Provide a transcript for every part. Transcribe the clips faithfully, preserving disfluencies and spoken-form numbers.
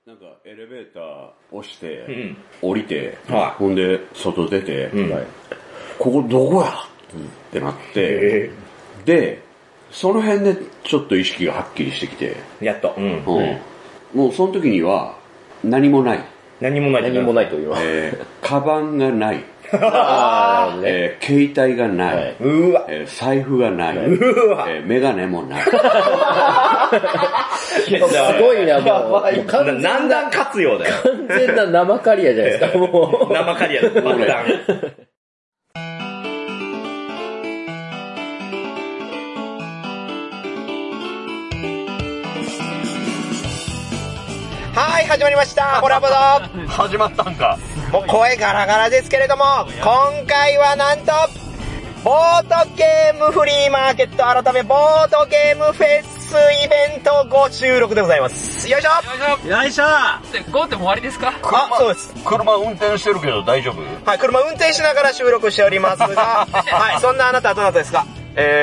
なんかエレベーター押して、うん、降りて、はい、ほんで外出て、うん、ここどこやってなって、で、その辺でちょっと意識がはっきりしてきて、 やっと、うんうんうん、もうその時には何もない。 何もない。 何もないというのは、 えー、カバンがない。あー、ねえー、携帯がない、はい、 うわ、 えー、財布がない、 うわ、 えー、メガネもない。 すごいな、もう。もう完全な何段活用だよ。 完全な生カリアじゃないですか、もう。 生カリアだ、爆弾。はい、始まりました。ホラボド。 始まったんか。 もう声ガラガラですけれども、今回はなんと、ボードゲームフリーマーケット改めボードゲームフェスイベントご収録でございます。よいしょよいしょごっても終わりですか？ あ、そうです。 車運転してるけど大丈夫？ はい、車運転しながら収録しておりますが、はい、そんなあなたはどなたですか？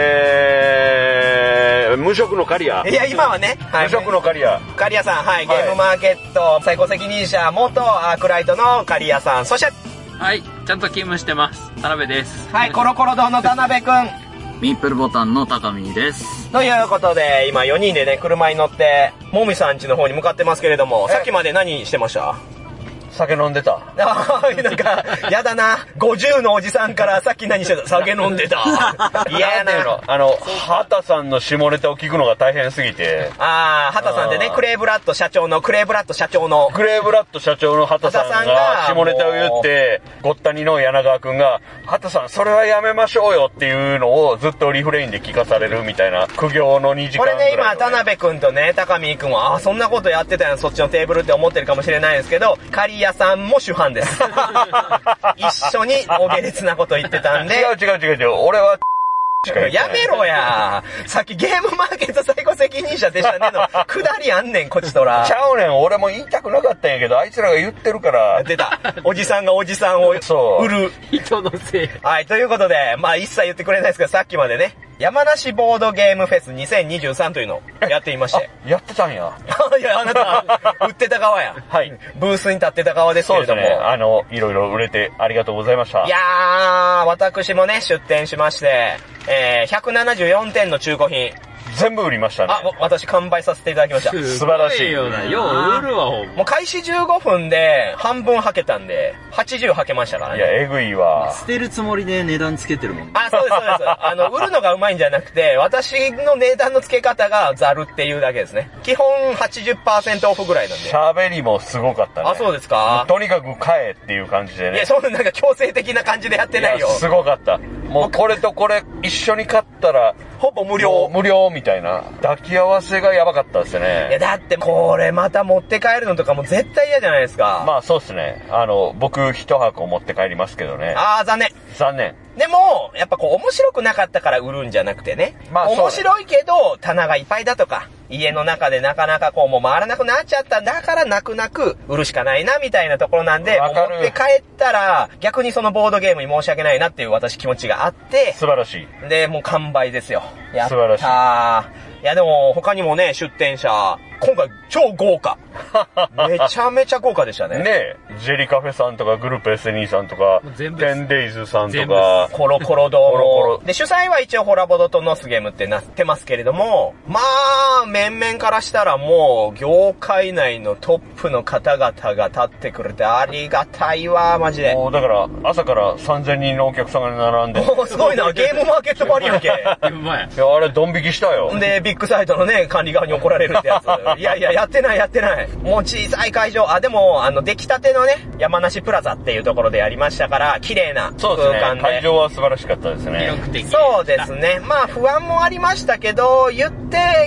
えー、無職のカリア。 いや、今はね、 はい、無職のカリア。 カリアさん、はい、ゲームマーケット最高責任者、元アークライトのカリアさん、そして、 はい、ちゃんと勤務してます。田辺です。 はい、コロコロ堂の田辺くん。 ミープルボタンの高見です。 ということで、今よにんでね、車に乗って、もみさん家の方に向かってますけれども、さっきまで何してました？ 酒飲んでた。 ああ、なんか、やだな。ごじゅうのおじさんからさっき何してた？酒飲んでた。嫌やな。 あの、畑さんの下ネタを聞くのが大変すぎて。 ああ、畑さんでね、クレーブラッド社長の、クレーブラッド社長の。 クレーブラッド社長の畑さんが下ネタを言って、ごったにの柳川くんが、畑さんそれはやめましょうよっていうのをずっとリフレインで聞かされるみたいな苦行のにじかんぐらい、ね。 これね、今、田辺くんとね、高見くんは、ああ、そんなことやってたやん、そっちのテーブルって思ってるかもしれないですけど、カリアさんも主犯です。一緒にお下劣なこと言ってたんで。 違う違う違う違う、俺は、 やめろや。さっきゲームマーケット最高責任者でしたねのくだりあんねん、こちとら。 ちゃうねん、俺も言いたくなかったんやけど、あいつらが言ってるから。 出た。おじさんがおじさんを売る。 人のせい。 はい、ということで、まあ一切言ってくれないですけど、さっきまでね、山梨ボードゲームフェスにせんにじゅうさんというのをやっていまして。 やってたんや。 いや、あなた、売ってた側や。 はい。 ブースに立ってた側ですけれども。 そうですね。あの、いろいろ売れてありがとうございました。 いやー、私もね、出店しまして、えー、ひゃくななじゅうよんてんの中古品。 全部売りましたね。 あ、私完売させていただきました。 素晴らしい。 ような、よう売るわ、ほんま。 もう開始じゅうごふんで半分はけたんで、はちじゅうはけましたからね。 いや、えぐいわ。 捨てるつもりで値段つけてるもんね。 あ、そうです、そうです。あの、売るのがうまいんじゃなくて、私の値段の付け方がザルっていうだけですね。基本 はちじゅっパーセント オフぐらいなんで。 喋りもすごかったね。 あ、そうですか？ とにかく買えっていう感じでね。 いや、そんななんか強制的な感じでやってないよ。 いや、すごかった。もうこれとこれ一緒に買ったら、 ほぼ無料。 無料みたいな。抱き合わせがやばかったですね。 いや、だってこれまた持って帰るのとかも絶対嫌じゃないですか。 まあそうですね。あの、僕一箱持って帰りますけどね。 あー、残念。 残念。 でも、やっぱこう面白くなかったから売るんじゃなくてね。まあ面白いけど、棚がいっぱいだとか、家の中でなかなかこうもう回らなくなっちゃったんだから泣く泣く売るしかないなみたいなところなんで、持って帰ったら逆にそのボードゲームに申し訳ないなっていう私気持ちがあって。 素晴らしい。で、もう完売ですよ。やったー。 素晴らしい。 いやでも他にもね、出店者、今回超豪華。めちゃめちゃ豪華でしたね。 ねえ、ジェリカフェさんとかグループ エスエヌイー さんとか、テンデイズさんとか、 コロコロ堂も。で、主催は一応ホラボドとノスゲームってなってますけれども、まあ、面々からしたらもう、業界内のトップの方々が立ってくれてありがたいわ、マジで。 もうだから、朝からさんぜんにんのお客さんが並んで。 おすごいな、ゲームマーケットバリやんけ。いや、 あれ、ドン引きしたよ。 で、ビッグサイトのね、管理側に怒られるってやつ。いやいや、やってないやってない。もう小さい会場。あ、でも、あの、出来たてのね、山梨プラザっていうところでやりましたから、綺麗な空間で。 そうですね。会場は素晴らしかったですね。 広くて。 そうですね。まあ、不安もありましたけど、言って、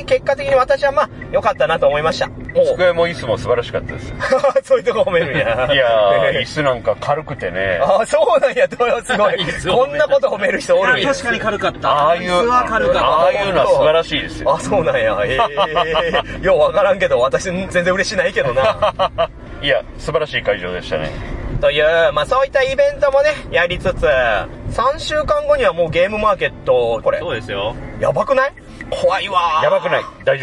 結果的に私はまあ、良かったなと思いました。 机も椅子も素晴らしかったです。 そういうとこ褒めるんや。 いやー、椅子なんか軽くてね。 あ、そうなんや、どうよ、すごい。こんなこと褒める人おるんや。 確かに軽かった。 ああいう、 は軽かった。 ああいうのは素晴らしいですよ。 あ、そうなんや。ええー。ようわからんけど、私全然嬉しないけどな。 いや、素晴らしい会場でしたね。 という、まあそういったイベントもね、やりつつ、さんしゅうかんごにはもうゲームマーケット、これ。 そうですよ。 やばくない？怖いわー。 やばくない。大丈夫。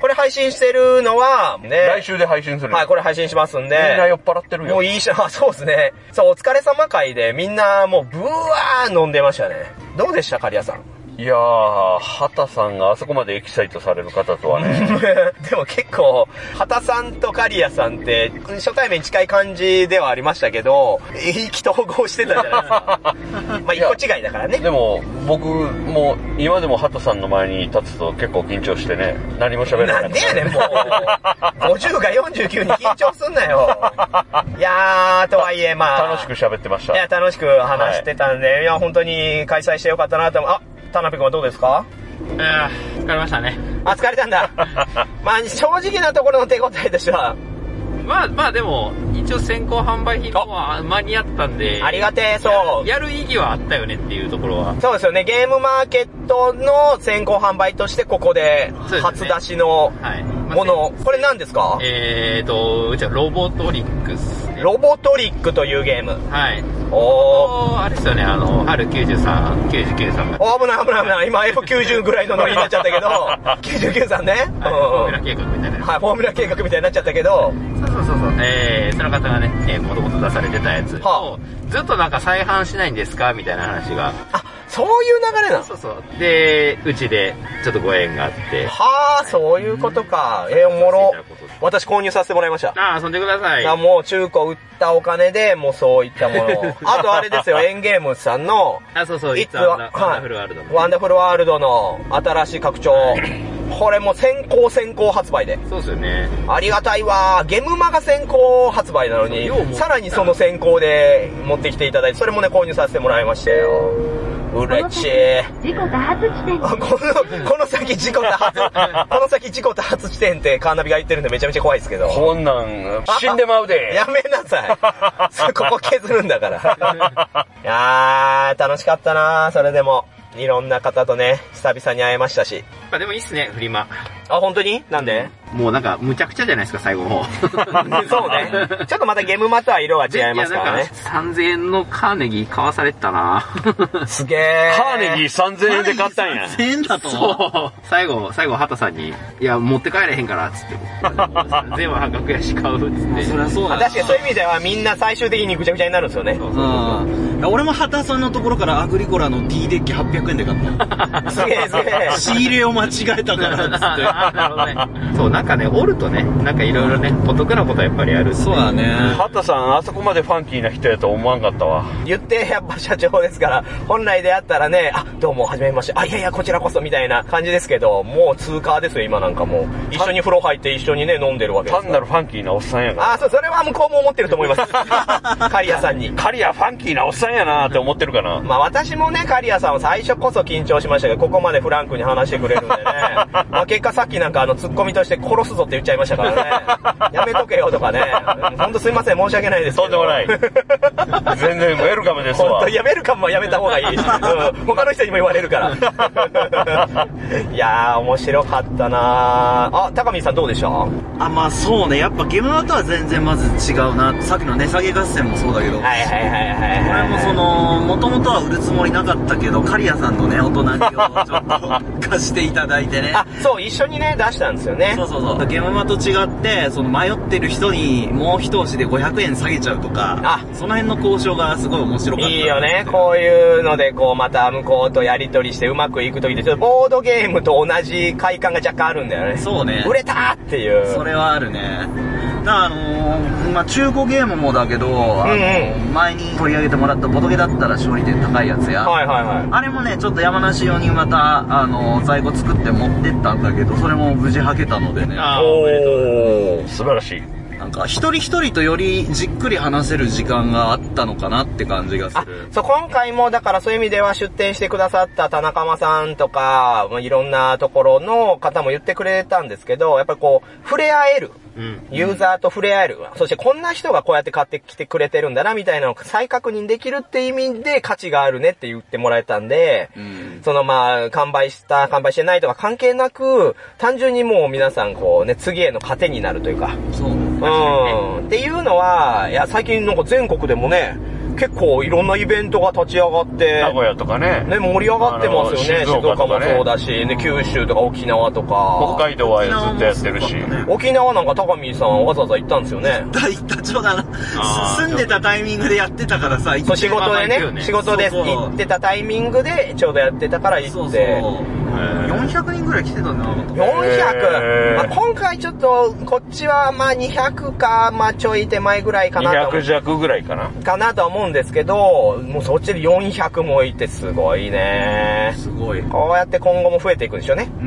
これ配信してるのは、ね。 来週で配信する。 はい、これ配信しますんで。 みんな酔っ払ってるよ。 もういいし、あ、そうですね。そう、お疲れ様会でみんなもうブワー飲んでましたね。どうでした、カリアさん？ いやー、畑さんがあそこまでエキサイトされる方とはね。 でも結構、畑さんとカリアさんって初対面近い感じではありましたけど、意気投合してたじゃないですか。まあ一個違いだからね。 でも、僕も今でも畑さんの前に立つと結構緊張してね、何も喋れない。 なんでやねん、もう。ごじゅうがよんじゅうきゅうに緊張すんなよ。いやー、とはいえまあ。 楽しく喋ってました。 いや、楽しく話してたんで、はい、いや、本当に開催してよかったなと思う。あ、田辺君はどうですか？ あー、疲れましたね。 あ、疲れたんだ。まあ、正直なところの手応えとしては。 まあまあでも、一応先行販売品は間に合ったんで。 ありがてえ、そうや。やる意義はあったよねっていうところは。 そうですよね。ゲームマーケットの先行販売としてここで初出しのもの。ね、はい、これ何ですか？ えーと、うちはロボトリックス、ね。 ロボトリックというゲーム。 はい。 おー。 あれですよね、あの、春きゅうじゅうさん、きゅうじゅうきゅうさんが。 おー、危ない危ない危ない。今 エフきゅうじゅう ぐらいのノリになっちゃったけど、きゅうじゅうきゅうさんね。はい、 フォーミュラ計画みたいな。 はい、フォーミュラ計画みたいになっちゃったけど。 そうそうそうそう。えー、その方がね、えー、もともと出されてたやつを、はあ、ずっとなんか再販しないんですかみたいな話が。 あ、そういう流れなの？ そうそう。で、うちでちょっとご縁があって。 はあ、そういうことか。えー、おもろ。私購入させてもらいました。 ああ、遊んでください。 あ、もう中古売ったお金で、もうそういったものを。あとあれですよ、エンゲームズさんの、 あ、そうそう、It'sワンダフルワールドの。 ワンダフルワールドの新しい拡張。これも先行先行発売で。 そうですよね。 ありがたいわ。ゲムマが先行発売なのに、さらにその先行で持ってきていただいて、それもね、購入させてもらいましたよ。嬉しい。 事故多発地点。 この、この先事故多発、この先事故多発地点ってカーナビが言ってるんでめちゃめちゃ怖いですけど。 こんなん、死んでまうで。 やめなさい。ここ削るんだから。いやー、楽しかったなそれでも。いろんな方とね、久々に会えましたし。 あ、でもいいっすね、フリマ。 あ、本当に？なんで？ もうなんか、むちゃくちゃじゃないですか、最後の方。 そうね。ちょっとまたゲームマとは色が違いますからね。 さんぜんえんのカーネギー買わされてたなすげー。 カーネギーさんぜんえんで買ったんや。 さんぜんえんだと？ そう。最後、最後、畑さんに、いや、持って帰れへんから、つって。全部半額やし買う、つって。 そりゃそうだ。 確かにそういう意味ではみんな最終的にぐちゃぐちゃになるんですよね。そうそうそうそう。俺も畑さんのところからアグリコラの D デッキはっぴゃくえんで買った。 すげえすげえ。 仕入れを間違えたから、つって。 なるほどね。そう、なんかね、おるとね、なんかいろいろね、お得なことはやっぱりある。 そうだね。 畑さん、あそこまでファンキーな人やと思わんかったわ。 言って、やっぱ社長ですから、本来であったらね、あ、どうも、はじめまして、あ、いやいや、こちらこそ、みたいな感じですけど、もう通過ですよ、今なんかもう。一緒に風呂入って一緒にね、飲んでるわけです。 単なるファンキーなおっさんやから。 あ、そう、それは向こうも思ってると思います。カリアさんに。 カリアファンキーなおっさんやなって思ってるかな。 まあ私もね、カリアさんは最初こそ緊張しましたけど、ここまでフランクに話してくれるんでね。まあ結果さっきなんかあの、ツッコミとして殺すぞって言っちゃいましたからね。やめとけよとかね。ほんとすいません、申し訳ないですけど。 とんでもない。全然ウェルカムですわ。 ほんと、いや、ウェルカムはやめた方がいい。うん、他の人にも言われるから。いやー、面白かったなー。あ、高見さんどうでした？ あ、まあそうね。やっぱゲームマとは全然まず違うな。さっきの値下げ合戦もそうだけど。 はいはいはいはい、 はい。これもその、もともとは売るつもりなかったけど、カリアさんのね、大人気をちょっと貸していただいてね。 あ、そう、一緒にね、出したんですよね。 そうそうそう。ゲームマと違って、その迷ってる人にもう一押しでごひゃくえん下げちゃうとか、あ、その辺の交渉がすごい面白かった。 いいよね。こういうので、こう、また向こうとやり取りしてうまくいくときって、ちょっとボードゲームと同じ快感が若干あるんだよね。 そうね。 売れたーっていう。 それはあるね。だからあのー、まあ、中古ゲームもだけど、あのーうんうん、前に取り上げてもらったボドゲだったら勝利点高いやつや。 はいはいはい。 あれもね、ちょっと山梨用にまた、あのー、在庫作って持ってったんだけど、それも無事履けたのでね。 あー、おー、 素晴らしい。 なんか、一人一人とよりじっくり話せる時間があったのかなって感じがする。 そう、今回も、だからそういう意味では出展してくださった田中間さんとか、いろんなところの方も言ってくれたんですけど、やっぱりこう、触れ合える。うん、ユーザーと触れ合える。そしてこんな人がこうやって買ってきてくれてるんだな、みたいなのを再確認できるって意味で価値があるねって言ってもらえたんで、うん、そのまあ、完売した、完売してないとか関係なく、単純にもう皆さんこうね、次への糧になるというか。 そう。 うん。っていうのは、いや、最近なんか全国でもね、 結構いろんなイベントが立ち上がって、 名古屋とかね。 ね、盛り上がってますよね。静岡もそうだし、ね、九州とか沖縄とか。 北海道はずっとやってるし。 沖縄なんか高見さんわざわざ行ったんですよね。 行った、行った、ちょうどあの、住んでたタイミングでやってたからさ、 そう、仕事でね、仕事で行ってたタイミングでちょうどやってたから行って。そうそう。 よんひゃくにんぐらい来てたんだな。よんひゃく、まあ、今回ちょっと、こっちはまあにひゃくか、まあちょい手前ぐらいかなと。 にひゃく弱ぐらいかな。 かなとは思うんですけど、もうそっちでよんひゃくもいてすごいね。 すごい。 こうやって今後も増えていくんでしょうね。うん。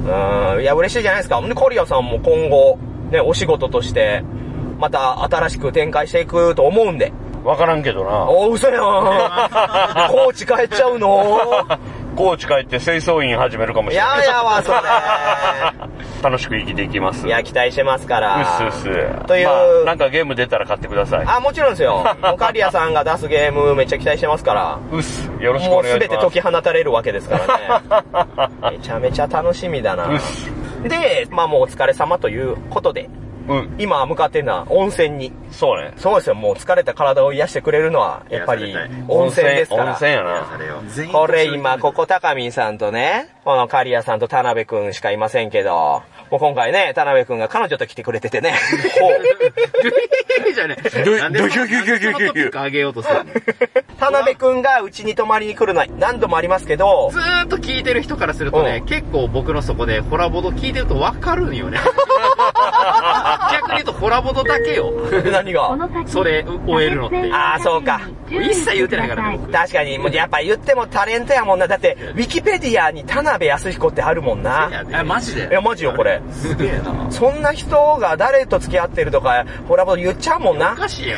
うん。いや、嬉しいじゃないですか。で、コリアさんも今後、ね、お仕事として、また新しく展開していくと思うんで。 わからんけどな。 お、嘘やん。高知帰っちゃうの高知帰って清掃員始めるかもしれない。 いややわ、それ。 楽しく生きていきます。 いや、期待してますから。 うっすうっす。 という、まあ、なんかゲーム出たら買ってください。 あ、もちろんですよ。カリアさんが出すゲームめっちゃ期待してますから。 うっす。よろしくお願いします。 もうすべて解き放たれるわけですからね。めちゃめちゃ楽しみだな。 うっす。 で、まあもうお疲れ様ということで。うん、今向かってるのは温泉に。 そうね。 そうですよ。もう疲れた体を癒してくれるのは、やっぱり温泉ですから。 温泉やな。 これ今、ここ高見さんとね、このカリアさんと田辺くんしかいませんけど、もう今回ね、田辺くんが彼女と来てくれててね。 ほう。じゃね。なんでそのトピックあげようとするの？ 田辺くんがうちに泊まりに来るのは何度もありますけど、 ずーっと聞いてる人からするとね、うん、結構僕のそこでホラボド聞いてるとわかるんよね。逆に言うとホラボドだけよ。 何がそれ終えるのって。 ああ、そうか。 一切言ってないからね、僕。 確かに、もうやっぱ言ってもタレントやもんな。だって、ウィキペディアに田辺康彦ってあるもんな。 え、マジで？ いや、マジよ、これ。 すげえな。 そんな人が誰と付き合ってるとか、ホラボド言っちゃうもんな。 おかしいよ。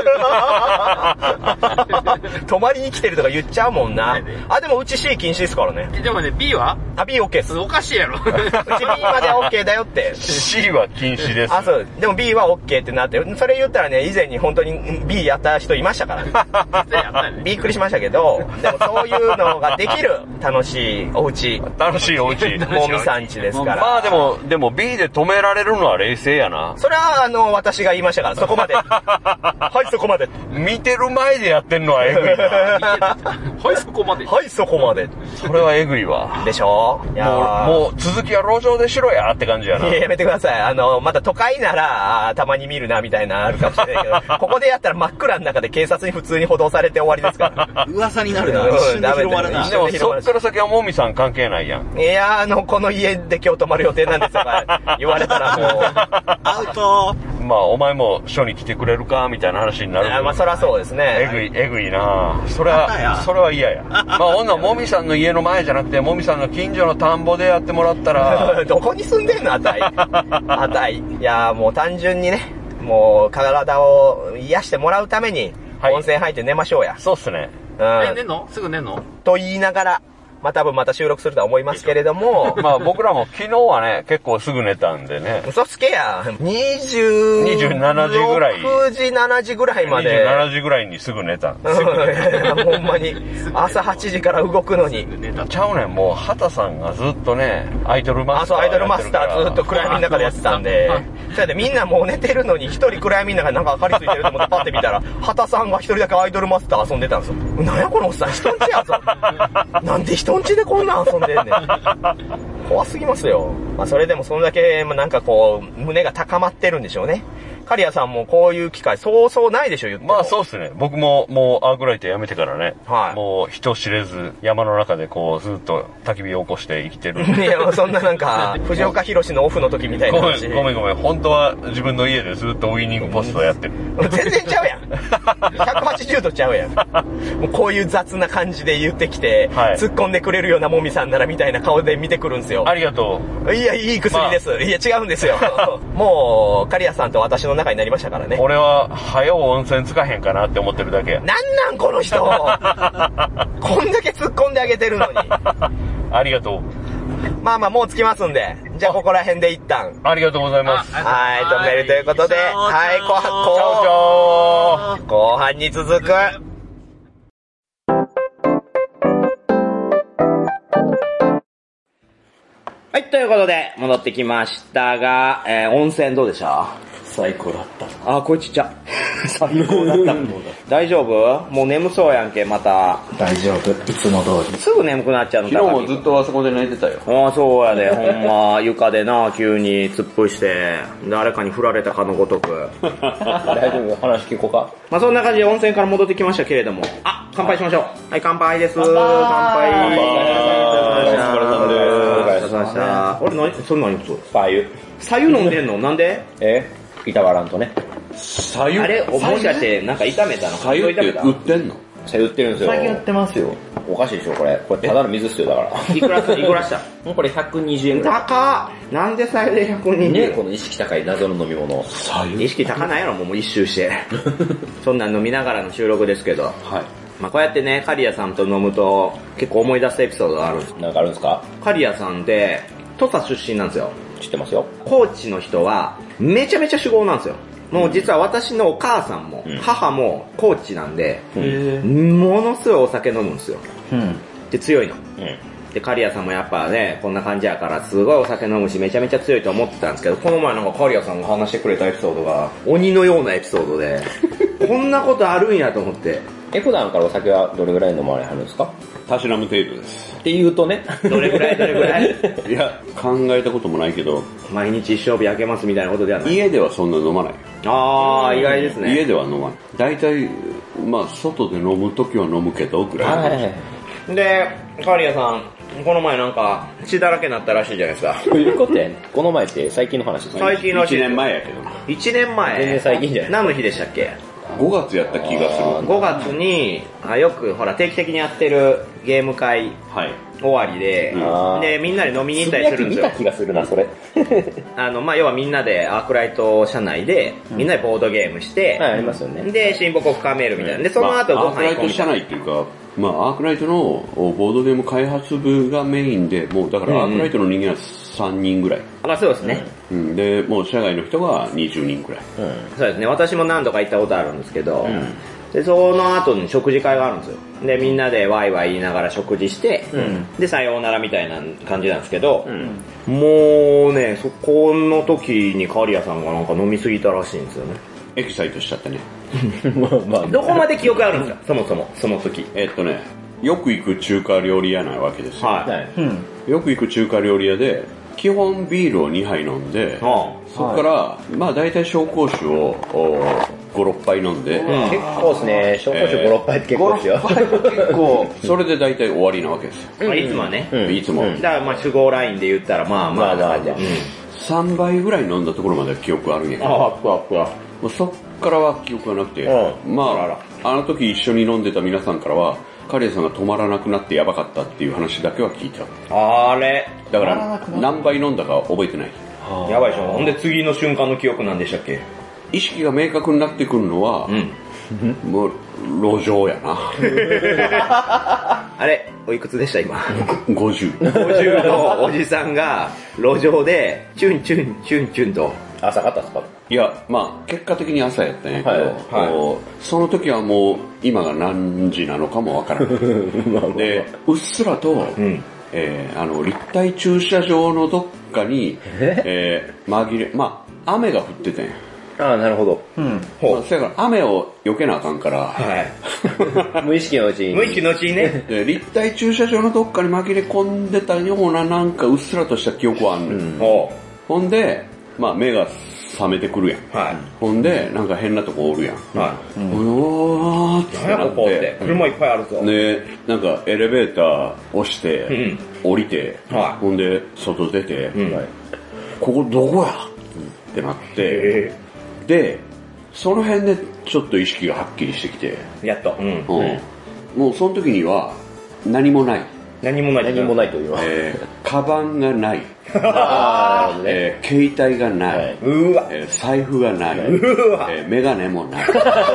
泊まりに来てるとか言っちゃうもんな。あ、でもうち C 禁止ですからね。 でもね、B は？ あ、B OK です。 おかしいやろ。うち B までは OK だよって。 C は禁止です。 あ、そう。でも B は OK ってなって、それ言ったらね、以前に本当に B やった人いましたからね。びっくりしましたけど、でもそういうのができる楽しいお家。 楽しいお家。 もみさん家ですから。 まあでも、でも B で止められるのは冷静やな。 それはあの、私が言いましたから、そこまで。はい、そこまで。 見てる前でやってんのはエグいな。 はい、そこまで。 はい、そこまで。 それはエグいわ。 でしょ？ いやもう、もう続きは路上でしろやって感じやな。 いや、やめてください。あの、また都会なら、たまに見るなみたいなあるかもしれないけど、ここでやったら真っ暗の中で警察に普通に補導されて終わりですから。 噂になるな。一瞬で広まるな。 でもそっから先はもみさん関係ないやん。 いや、あの、この家で今日泊まる予定なんですとか言われたらもう、 アウト。 まあ、お前も署に来てくれるかみたいな話になる。 いや、まあ、そりゃそうですね。 えぐい、えぐいなそれは、それは嫌や。まあ、ほんならもみさんの家の前じゃなくて、もみさんの近所の田んぼでやってもらったら。 どこに住んでんのあたい。あたい。いや、もう単純にね、もう体を癒してもらうために、温泉入って寝ましょうや。 そうっすね。 うん。え、寝んの？すぐ寝んの？ と言いながら、まあ多分また収録するとは思いますけれども。 まあ僕らも昨日はね、結構すぐ寝たんでね。 嘘つけや。にじゅう、 にじゅうななじぐらい。 ろくじ、しちじぐらいまで。 にじゅうななじぐらいにすぐ寝たんですよ。 ほんまに。朝はちじから動くのに。 ちゃうねん、もう畑さんがずっとね、アイドルマスター。 あ、そう、アイドルマスターずっと暗闇の中でやってたんで。それでみんなもう寝てるのに一人暗闇の中でなんか明かりついてると思ってパッて見たら、畑さんが一人だけアイドルマスター遊んでたんですよ。なんやこのおっさん、人んちやぞ。なんで人んちでこんなん遊んでんねん。怖すぎますよ。まあそれでもそんだけなんかこう胸が高まってるんでしょうね。カリアさんもこういう機会そうそうないでしょ、言っても。 まあそうっすね。僕ももうアークライトやめてからね。 はい。 もう人知れず山の中でこうずっと焚き火を起こして生きてる。 いやもうそんななんか藤岡弘のオフの時みたいな話。ごめんごめんごめん。本当は自分の家でずっとウイニングポストやってる。 全然ちゃうやん。ひゃくはちじゅうどちゃうやん。もうこういう雑な感じで言ってきて、はい、突っ込んでくれるようなもみさんならみたいな顔で見てくるんですよ。 ありがとう。いや、いい薬です。まあ、いや、違うんですよ。もう、カリアさんと私の中になりましたからね。 俺は、早う温泉つかへんかなって思ってるだけや。 なんなんこの人。こんだけ突っ込んであげてるのに。 ありがとう。 まあまあ、もう着きますんで。じゃあ、ここら辺で一旦。 ありがとうございます。 はい、止めるということで。はい、後半、後半に続く。はい、ということで、戻ってきましたが、えー、温泉どうでした？ 最高だった。 あ、これちっちゃ。 最高だった大丈夫？もう眠そうやんけ、また。 大丈夫。いつも通り。 すぐ眠くなっちゃうの。 昨日もずっとあそこで寝てたよ。 ああ、そうやで。ほんま、床でな、急に突っ伏して、誰かに振られたかのごとく。 大丈夫？話聞こうか。 まあそんな感じで温泉から戻ってきましたけれども。あ、乾杯しましょう。はい、乾杯です。乾杯。乾杯。お疲れ様です。お疲れ様でした。あれ、何それ何それ白湯。 白湯飲んでんの？なんで？ え板わらんとね。 白湯？ あれ、もしかしてなんか炒めたの？ 白湯って売ってんの？ 白湯売ってるんですよ。 最近売ってますよ。 おかしいでしょ、これ。これただの水っすよ、だから。 いくらしたいくらしたもうこれひゃくにじゅうえんくらい。 高っ！なんで白湯でひゃくにじゅうえん？ ね、この意識高い謎の飲み物。 白湯？ 意識高ないやろ、もう一周して。そんなん飲みながらの収録ですけど。 はい。 まあこうやってね、カリアさんと飲むと結構思い出すエピソードがあるんです。 なんかあるんですか？ カリアさんって土佐出身なんですよ。 知ってますよ。 高知の人はめちゃめちゃ酒豪なんですよ。もう実は私のお母さんも、うん、母も高知なんで、うん、ものすごいお酒飲むんですよ。うん、で強いの。うん、でカリアさんもやっぱね、こんな感じやからすごいお酒飲むしめちゃめちゃ強いと思ってたんですけど、この前なんかカリアさんが話してくれたエピソードが鬼のようなエピソードで、こんなことあるんやと思って。 え、普段からお酒はどれぐらい飲まれはるんですか？ たしなむ程度です。 って言うとね。 どれぐらいどれぐらいいや、考えたこともないけど。 毎日一生日焼けますみたいなことではない。 家ではそんな飲まない。 あー、意外ですね。 家では飲まない。大体、まあ、外で飲むときは飲むけど、ぐらい。はい、 で、カリアさん、この前なんか血だらけになったらしいじゃないですか。 どういうことやねん。この前って最近の話ですね。 最近の話。 いちねんまえやけど。 いちねんまえ。 全然最近じゃない。 何の日でしたっけ？ ごがつやった気がする。 ごがつに、あよくほら定期的にやってるゲーム会終わりで、うん、で、みんなで飲みに行ったりするんですよ。 見た気がするな、それ。 あの、まあ、要はみんなでアークライト社内で、みんなでボードゲームして、 うん、はい、ありますよね。 で、親睦を深めるみたいな。で、その後ご飯行こうみたいな。 アークライト社内っていうか、まあ、アークライトのボードゲーム開発部がメインで、もうだからアークライトの人間はさんにんぐらい。 あ、まあそうですね。 うん、で、もう社外の人がにじゅうにんくらい。 うん、そうですね。私も何度か行ったことあるんですけど、うん、で、その後に食事会があるんですよ。で、みんなでワイワイ言いながら食事して、うん、で、さようならみたいな感じなんですけど、うん、もうね、そこの時にカリアさんがなんか飲みすぎたらしいんですよね。 エキサイトしちゃったね。 まあまあ、どこまで記憶あるんですか、そもそも、その時。 えっとね、よく行く中華料理屋なわけですよ。 はい。うん、 よく行く中華料理屋で、基本ビールをにはい飲んで、はあ、そこから、はい、まあ大体紹興酒をご、ろっぱい飲んで、 うん、結構ですね、紹興酒ご、ろっぱいって結構ですよ。 ご、ろっぱい結構、それで大体終わりなわけですよ。 まあいつもはね。 うん、いつも。 だからまあ酒豪ラインで言ったらまあまあまあまあ、うん、 さんばいぐらい飲んだところまでは記憶あるんやけど、 ああ、ふわふわ。 そっからは記憶がなくて、うん、まあ、あの時一緒に飲んでた皆さんからは、カリアさんが止まらなくなってやばかったっていう話だけは聞いた。 あれだから何杯飲んだか覚えてない。 やばいでしょ。ほんで次の瞬間の記憶なんでしたっけ？ 意識が明確になってくるのは、うん、もう路上やな。 あれおいくつでした今？ ごじゅう。 ごじゅうのおじさんが路上でチュンチュンチュンチュンと。 朝方ですか？ いや、まあ結果的に朝やったんやけど、はいはい、その時はもう今が何時なのかもわからない。まあまあで、うっすらと、うんえー、あの立体駐車場のどっかに、えー、紛れ、まあ雨が降っててん。 ああ、なるほど。 うん。ほう。そやから雨を避けなあかんから、 はい、無意識のうちに。 無意識のうちにね。 で、立体駐車場のどっかに紛れ込んでたようななんかうっすらとした記憶はあんねん。うん、ほうほんで、まあ目が覚めてくるやん。はい。ほんで、なんか変なとこおるやん。はい。うん、おーってなって。ここって車いっぱいあるぞ。 で、なんかエレベーター押して、うん、降りて、はい。ほんで、外出て、うん、ここどこやってなって、で、その辺でちょっと意識がはっきりしてきて。 やっと。うん。うん、 もうその時には何もない。 何もない。 何もないというのは。 えー、カバンがない。 あー、なるほどね。 えー、携帯がない。はい、 うわ、 えー。財布がない。 うわ、 えー、メガネもない。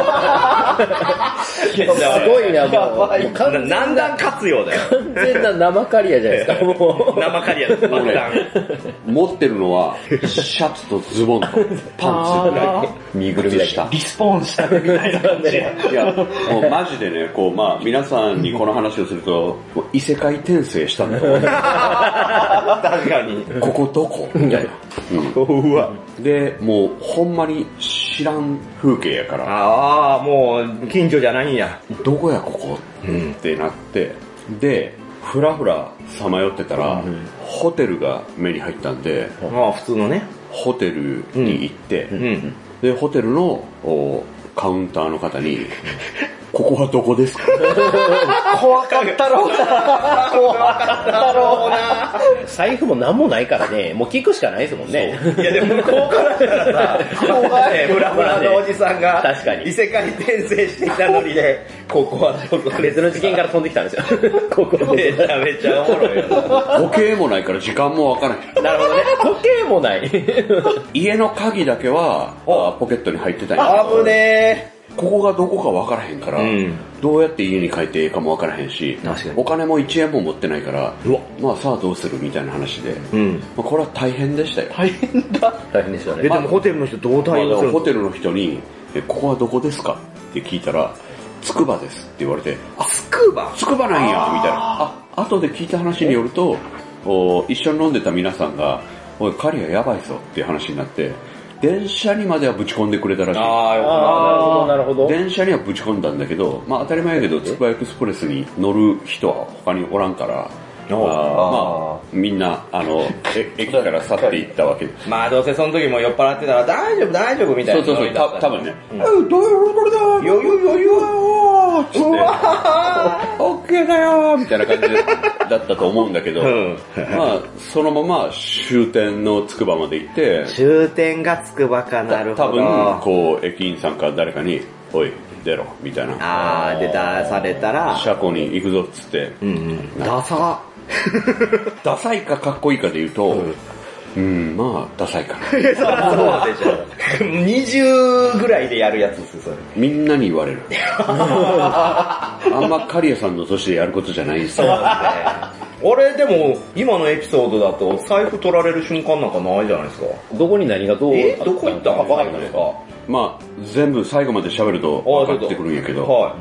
すごいな、もう。 完全な、何段活用だよ。 完全な生カリアじゃないですか、もう。 生カリアです、爆弾。 持ってるのは、シャツとズボンとパンツぐらい。身ぐるみだけ。 リスポーンしたみたいな感じ。 いや、もうマジでね、こう、まあ、皆さんにこの話をすると、異世界転生したんだと思う。 確かに。 ここどこみたいな。うん、うわで、もうほんまに知らん風景やから。 ああ、もう近所じゃないんや。 どこやここ、うん、ってなって、で、ふらふらさまよってたら、うん、ホテルが目に入ったんで、 まあ普通のね。 ホテルに行って、 うんうん、 で、ホテルのカウンターの方に、ここはどこですか怖かったろうな。怖かったろうな。財布もなんもないからね、もう聞くしかないですもんね。 いやでも向こうからしたらさ、こうね、フラフラのおじさんが、 確かに異世界転生してきたノリで、ここはどこ別の事件から飛んできたんですよ。ここめちゃめちゃおもろいよな。時計もないから時間もわからない。 なるほどね。時計もない。 家の鍵だけはポケットに入ってたんやけど。危ねー。 ここがどこか分からへんから、うん、どうやって家に帰っていいかも分からへんし、お金もいちえんも持ってないから、まあさあどうするみたいな話で、うんまあ、これは大変でしたよ。 大変だ大変でしたね。 え、でもホテルの人どう対応するの？ ホテルの人に、え、ここはどこですかって聞いたら、つくばですって言われて、 あ、つくばつくばなんやみたいな。あ、後で聞いた話によると、お一緒に飲んでた皆さんが、おい、カリアやばいぞっていう話になって、電車にまではぶち込んでくれたらしい。 ああ、なるほど、なるほど。 電車にはぶち込んだんだけど、まあ当たり前やけど、つくばエクスプレスに乗る人は他におらんから、あまあ、みんな、あの、駅から去っていったわけです。 まあどうせその時も酔っ払ってたら、大丈夫大丈夫みたいな。 そうそうそう、た多分ね、うん、どういうことだ余裕余裕つって、オッケーだよみたいな感じだったと思うんだけど、うん、まあ、そのまま終点のつくばまで行って、 終点がつくばかなるほど。 多分、こう、駅員さんか誰かに、おい、出ろ、みたいな。 あー、で出されたら、 車庫に行くぞっつって。 うんうん、ダサダサいかかっこいいかで言うと、うんうん、まあ、ダサいかな。そうでしょ。にじゅうぐらいでやるやつです、それ。 みんなに言われる。あんまカリアさんの年でやることじゃないんですよ。そうですね。 俺でも、今のエピソードだと、財布取られる瞬間なんかないじゃないですか。 どこに何がどうえどこ行ったか分かんないですか。 まあ、全部最後まで喋ると分かってくるんやけど、はい、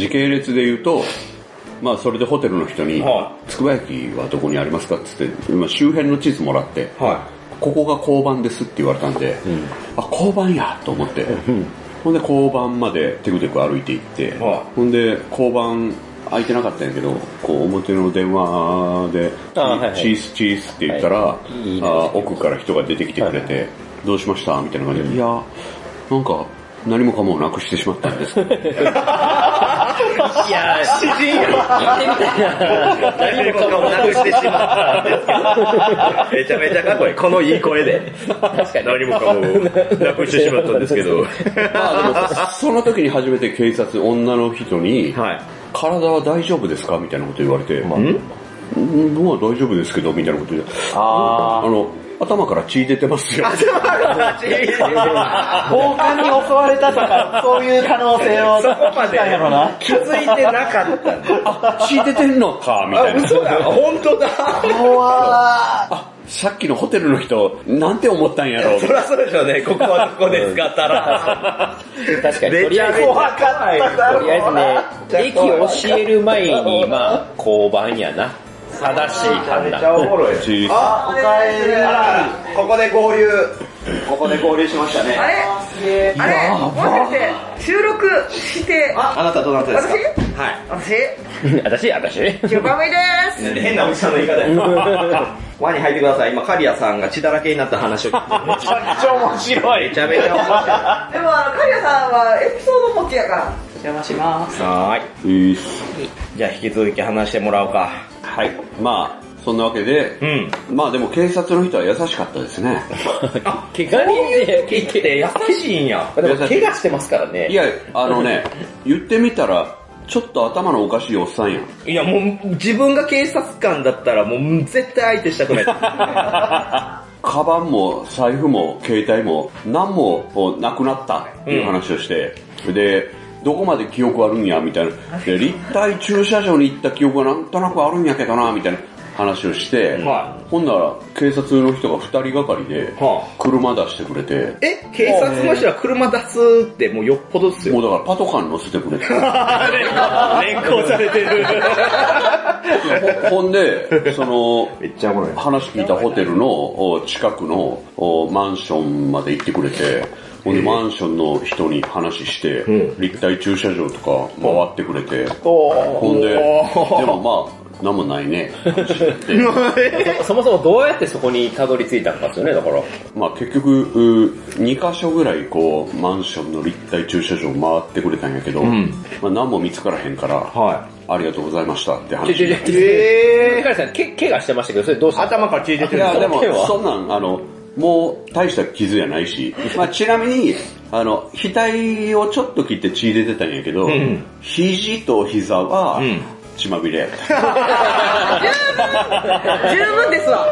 時系列で言うと、まあそれでホテルの人に、はい、つくば駅はどこにありますかって言って、今周辺の地図もらって、はい、ここが交番ですって言われたんで、うん、あ、交番やと思って、うん、ほんで交番までテクテク歩いて行って、はい、ほんで交番開いてなかったんやけど、こう表の電話で、はいはい、チースチースって言ったら、はいいいあ、奥から人が出てきてくれて、はい、どうしましたみたいな感じで、うん、いや、なんか、何もかもなくしてしまったんです。いやー、詩人や。言ってみたいな。何もかもなくしてしまったんですけど。めちゃめちゃかっこいい。このいい声で。 確かに。 何もかもなくしてしまったんですけど。まあでも、その時に初めて警察、女の人に、はい、体は大丈夫ですかみたいなこと言われて、まあ、んまあ大丈夫ですけど、みたいなこと言って、ああの、頭から血出てますよ。 頭から血出てます。放火に襲われたとか、そういう可能性を。そこまで気づいてなかったんだ。 あ、血出てんのか、みたいな。 嘘だ、本当だ。 あ、さっきのホテルの人、なんて思ったんやろう。 そりゃそうでしょうね、ここはどこですかったら。 確かに。とりあえず、 怖かったとりあえずね、駅教える前に、まあ、交番やな。正しい判断。 あ、おかえり。ここで合流。ここで合流しましたね。 あれあれもしかして収録して。 あなたどなたですか？ 私はい。私私私中華めです。 変なおじさんの言い方や。輪に入ってください。今、カリアさんが血だらけになった話を聞いて。めちゃめちゃ面白い。めちゃめちゃ面白い。でも、 あの、カリアさんはエピソード持ちやから。 お邪魔します。はーい。じゃあ、引き続き話してもらおうか。 はい。まあ、そんなわけで、うん、まあでも警察の人は優しかったですね。 あ、怪我人で聞いて優しいんや。でも怪我してますからね。 いや、あのね、言ってみたら、ちょっと頭のおかしいおっさんやん。 いや、もう自分が警察官だったらもう絶対相手したくない。 カバンも財布も携帯も何もなくなったっていう話をして、うん、で、どこまで記憶あるんやみたいな。で、立体駐車場に行った記憶がなんとなくあるんやけどなみたいな話をして、はい、ほんなら警察の人が二人がかりで車出してくれて、 え、警察の人は車出すってもうよっぽどですよ。 もうだからパトカーに乗せてくれて。 連行されてる。 ほんで、その、 めっちゃおもろい。 話聞いたホテルの近くのマンションまで行ってくれて、ほんでマンションの人に話して、立体駐車場とか回ってくれて、ほんで、でもまあ、なんもないね。 そ, そもそもどうやってそこにたどり着いたんですよね、だから。 まあ結局、にカ所ぐらいこう、マンションの立体駐車場回ってくれたんやけど、うん、まあ何も見つからへんから、はい、ありがとうございましたって話。 ちょちょちょ、えー、さん、け、怪我してましたけど、それどうした頭から血出てるんですか？ いや、でも、そんなん、あの、もう大した傷じゃないし、まあちなみに、あの、額をちょっと切って血出てたんやけど、うん、肘と膝は、うん血まみれ。 十分十分ですわ。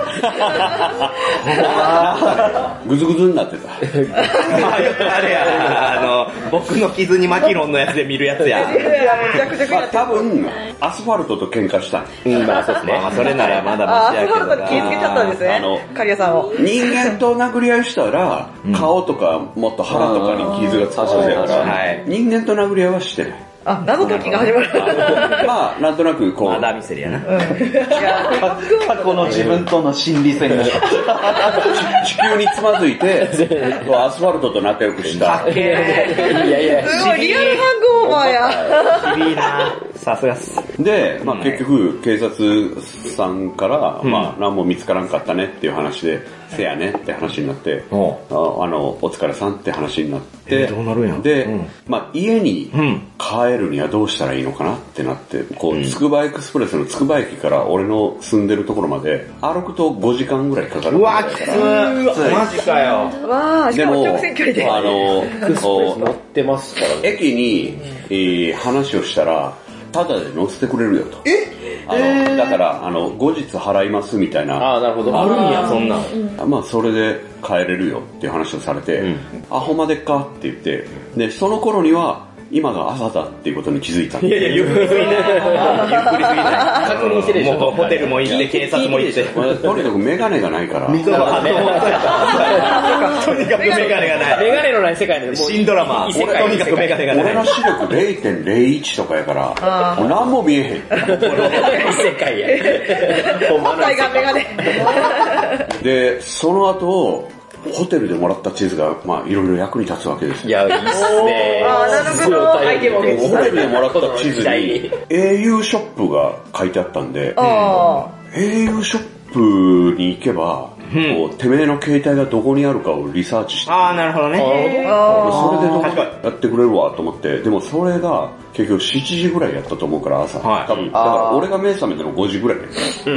ぐずぐずになってた。 あれや、あの、僕の傷にマキロンのやつで見るやつや。 いや、めちゃくちゃまあ多分、アスファルトと喧嘩したん。 うん、まあそうですね。 まあそれならまだマシやけどな。 アスファルト気付けちゃったんですね。あの、カリアさんを。 人間と殴り合いしたら、顔とかもっと腹とかに傷がつくはずやから、人間と殴り合いはしてない。 あ、謎解きが始まる。 まあ、なんとなくこう。 まだミステリーやな。 うん、いや過去の自分との心理戦が。地球につまずいて、アスファルトと仲良くした。 かっけー。 いやいや。すごい、リアルハングオーバーや。 厳いなさすがっす。 で、まあ結局、警察さんから、うん、まあ何も見つからんかったねっていう話で、せやねって話になって、あ, あの、お疲れさんって話になって、 どうなるんやで、うん、まあ家に帰るにはどうしたらいいのかなってなって、こう、つくばエクスプレスのつくば駅から俺の住んでるところまで歩くとごじかんぐらいかかる。 うわ、きつー。マジかよ。 わー、しかも直線距離で。 あの、 こう、乗ってますからね。 駅に、えー、話をしたら、ただで乗せてくれるよと。 えあの、えー、だから、あの、後日払いますみたいな。 ああ、なるほど。 あるんや、そんなの。まあ、それで帰れるよっていう話をされて、うん、あ、ほんまでっかって言って、で、その頃には、今が朝だっていうことに気づいたんで。 いやいや、ゆっくりすぎない。ゆっくりすぎない。 確認してるでしょ。 もうホテルも行って、警察も行って。 とにかくメガネがないから。とにかくメガネがない。 メガネのない世界で新ドラマ。とにかくメガネがない。 俺の視力 れいてんれいいち とかやから、もう何も見えへん。 異世界や。 本体がメガネ。 で、その後、ホテルでもらった地図が、まあいろいろ役に立つわけです。 いや、いいっすね。 ああ、なるほど。アイテムをゲットホテルでもらった地図に エーユー ショップが書いてあったんで、エーユー ショップに行けば、こうてめえの携帯がどこにあるかをリサーチして。 ああ、なるほどね。 それでどこやってくれるわと思って、でもそれが結局しちじぐらいやったと思うから朝。はい、多分、だから俺が目覚めたのごじぐらい。うん、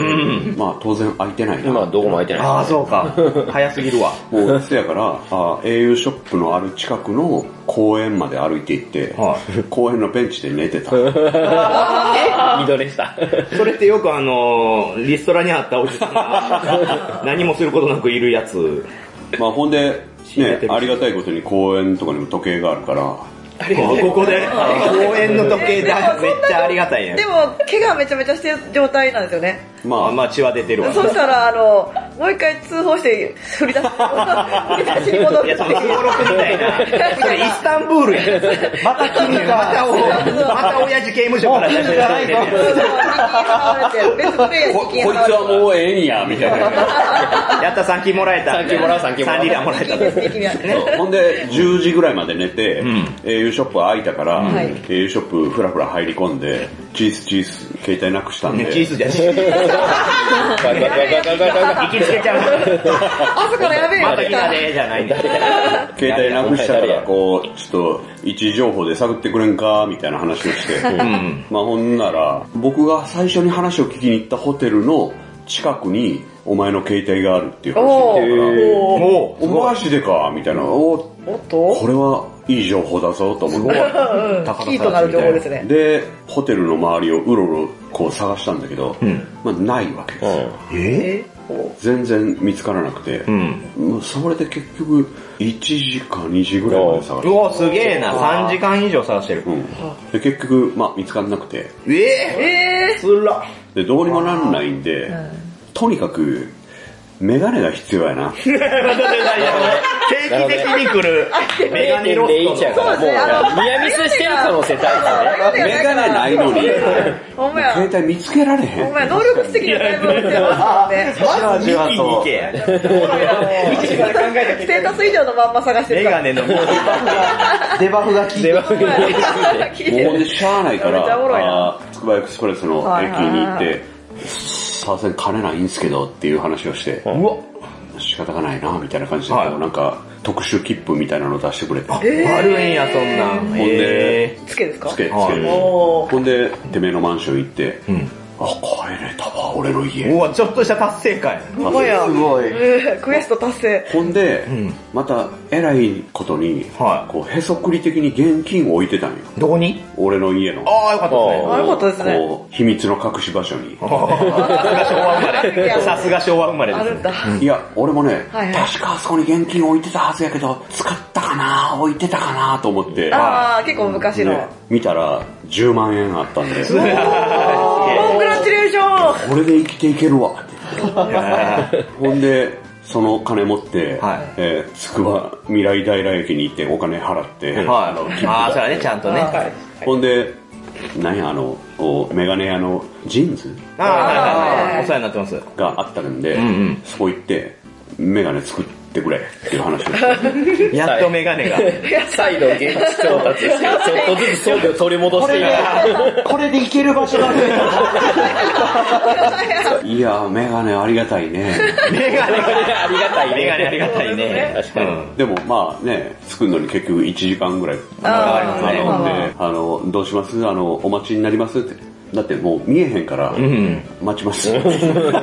まあ当然空いてないな。 まあどこも空いてない。 ああ、そうか。早すぎるわ。 もう、せやから、あ エーユー ショップのある近くの公園まで歩いて行って、はい、公園のベンチで寝てた。 二度でした。 それってよくあの、リストラにあったおじさんが何もすることなくいるやつ。 まあほんで、ね、ありがたいことに公園とかにも時計があるから、 ここで公園の時計だ。めっちゃありがたいね。 でも、怪我めちゃめちゃしてる状態なんですよね。 まあ、 まあ血は出てるわ。 そしたら、あの、もう一回通報して振り出し、振り出しに戻る。 いや、その登録みたいな。それイスタンブールやん。また君か。またお、また親父刑務所から出してないで。 別プレイヤーこいつはもうええんや、みたいな。 やったさんきもらえた。 さんきもらう、さんきもらう。 さんリラもらえた。 ほんで、じゅうじぐらいまで寝て、エーユー ショップ開いたから、エーユー ショップふらふら入り込んで、チースチース、携帯なくしたんで。 チースじゃねえ。行きつけちゃう。 朝からやべえよ。 また来たねじゃないんだ。 携帯なくしたから、こう、ちょっと、位置情報で探ってくれんか、みたいな話をして。うん、まあほんなら、僕が最初に話を聞きに行ったホテルの近くに、お前の携帯があるっていう話を聞いたから、おおマジでかみたいな。おっとこれはいい情報だぞと思って。 キーとなる情報ですね。 で、ホテルの周りをうろうろこう探したんだけど、うん、まあないわけですよ。 え全然見つからなくて、うん、もうそれで結局いちじかにじぐらいまで探して。 うわ、すげえな。さんじかん以上探してる。うん、 で結局、まあ見つからなくて。 えー、えー、つら。 で、どうにもなんないんで、とにかく、メガネが必要やな。 定期的に来るメガネロストの。 そうですね、あの、 ニアミスしてる可能性大ですね。 メガネないのに、 ほんまや。 携帯見つけられへん。 ほんまや、能力的にだいぶ落ちてますね。 まずミキに行けや。 ステータス以上のまんま探してるから。 メガネのミキ。 デバフが効いてる。 もうでしゃあないから、あつくばエクスプレスの駅に行って、さあせん金ないんすけどっていう話をして、うわ仕方がないなみたいな感じで、はい、なんか特殊切符みたいなの出してくれて、 えー、あるんやそんなん。ほんで、 つけですか？ つけつけ、はい、ほんでてめえのマンション行って、うん、あ帰れたわ俺の家。 うわちょっとした達成感。 ほんまや。すごい、えー。クエスト達成。 ほんで、うん、また偉いことに、はい、こうへそくり的に現金を置いてたんよ。 どこに？ 俺の家の。 ああよかったですね。 ああよかったですね。 こう秘密の隠し場所に。 さすが昭和生まれ。さすが昭和生まれです、ね。あるんだ。 いや俺もね、はいはい、確かあそこに現金置いてたはずやけど使ったかな置いてたかなと思って。 ああ結構昔の、ね。 見たらじゅうまんえんあったんで。 コングラチュレーション。 これで生きていけるわって。ほんで。その金持って、はい、えー、つくば未来平駅に行ってお金払って、はい、 あの、ああ、それはね、ちゃんとね。はい、 ほんで、なんや、あの、メガネ屋のジーンズああ、はいはい、お世話になってます。 があったんで、うんうん、そこ行って、メガネ作ってくれっていう話をして。 やっとメガネが。 再度現地調達して、ちょっとずつ装備を取り戻していく。これで行ける場所が増えた。いや、メガネありがたいね。 メガネありがたい、メガネありがたいね。確かに。 でもまあね、作るのに結局いちじかんぐらいかかりますね。で、あの、どうしますあの、お待ちになりますって。だってもう見えへんから待ちます。不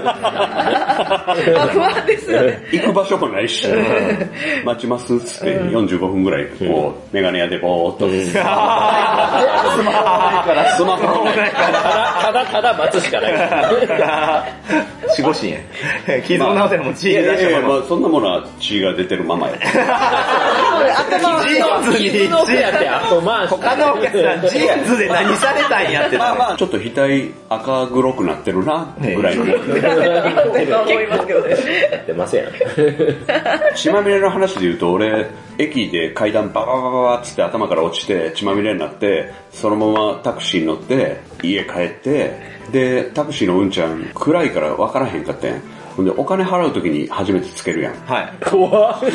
安ですよね。 行く場所もないし、待ちますっつってよんじゅうごふんぐらいこうメガネ屋でぼーっと。スマホないから。スマホないから。 ただただ待つしかない。 守護神や。傷を直せるも血が出しても。そんなものは血が出てるままや。 頭ジーンズに血やって後回し。他のお客さんジーンズで何されたんやって。 まあまあちょっと額赤黒くなってるなぐらいの。 思いますけどね。 やってません。 血まみれの話で言うと俺駅で階段バババババつって頭から落ちて血まみれになってそのままタクシーに乗って家帰ってでタクシーのうんちゃん暗いから分からへんかったんやん。ほんでお金払うときに初めてつけるやん。 はい。 怖っ。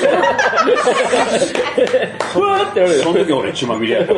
怖ってなるよ。 その時俺血まみれやった。